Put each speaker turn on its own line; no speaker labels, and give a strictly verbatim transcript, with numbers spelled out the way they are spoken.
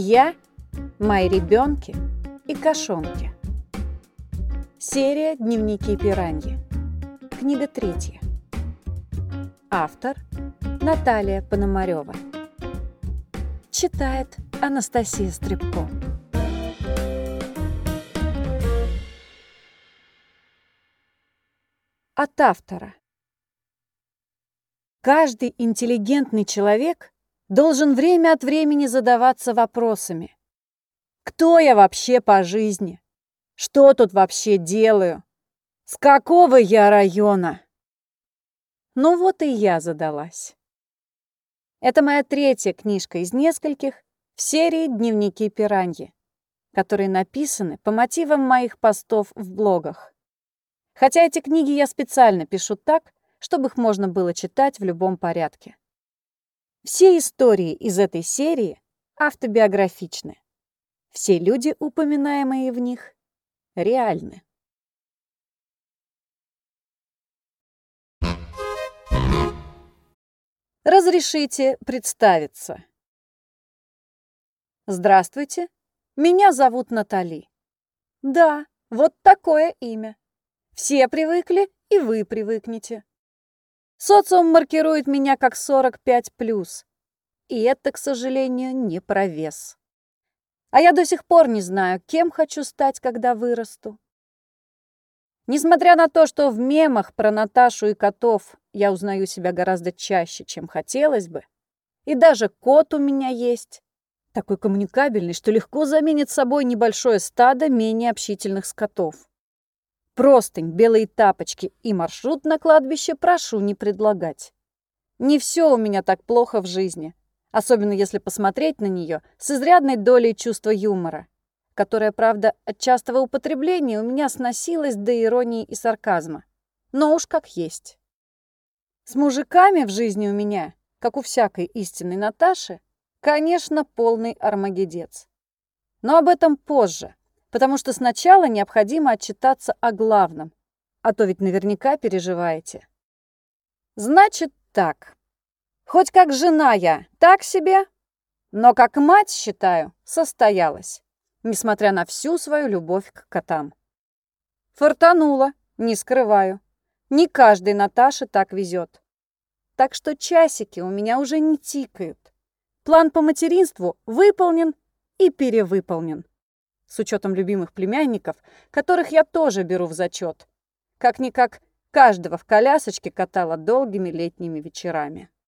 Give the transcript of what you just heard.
Я, мои ребенки и кошонки. Серия «Дневники пираньи». Книга третья. Автор Наталья Пономарёва. Читает Анастасия Стребко. От автора. Каждый интеллигентный человек должен время от времени задаваться вопросами. Кто я вообще по жизни? Что тут вообще делаю? С какого я района? Ну вот и я задалась. Это моя третья книжка из нескольких в серии «Дневники пираньи», которые написаны по мотивам моих постов в блогах. Хотя эти книги я специально пишу так, чтобы их можно было читать в любом порядке. Все истории из этой серии автобиографичны. Все люди, упоминаемые в них, реальны. Разрешите представиться. Здравствуйте, меня зовут Натали. Да, вот такое имя. Все привыкли, и вы привыкнете. Социум маркирует меня как сорок пять плюс, и это, к сожалению, не про вес. А я до сих пор не знаю, кем хочу стать, когда вырасту. Несмотря на то, что в мемах про Наташу и котов я узнаю себя гораздо чаще, чем хотелось бы, и даже кот у меня есть, такой коммуникабельный, что легко заменит собой небольшое стадо менее общительных скотов. Простынь, белые тапочки и маршрут на кладбище прошу не предлагать. Не все у меня так плохо в жизни, особенно если посмотреть на нее с изрядной долей чувства юмора, которое, правда, от частого употребления у меня сносилось до иронии и сарказма. Но уж как есть. С мужиками в жизни у меня, как у всякой истинной Наташи, конечно, полный армагеддец. Но об этом позже. Потому что сначала необходимо отчитаться о главном, а то ведь наверняка переживаете. Значит так. Хоть как жена я так себе, но как мать, считаю, состоялась, несмотря на всю свою любовь к котам. Фартануло, не скрываю. Не каждой Наташе так везет. Так что часики у меня уже не тикают. План по материнству выполнен и перевыполнен. С учетом любимых племянников, которых я тоже беру в зачет. Как-никак каждого в колясочке катала долгими летними вечерами.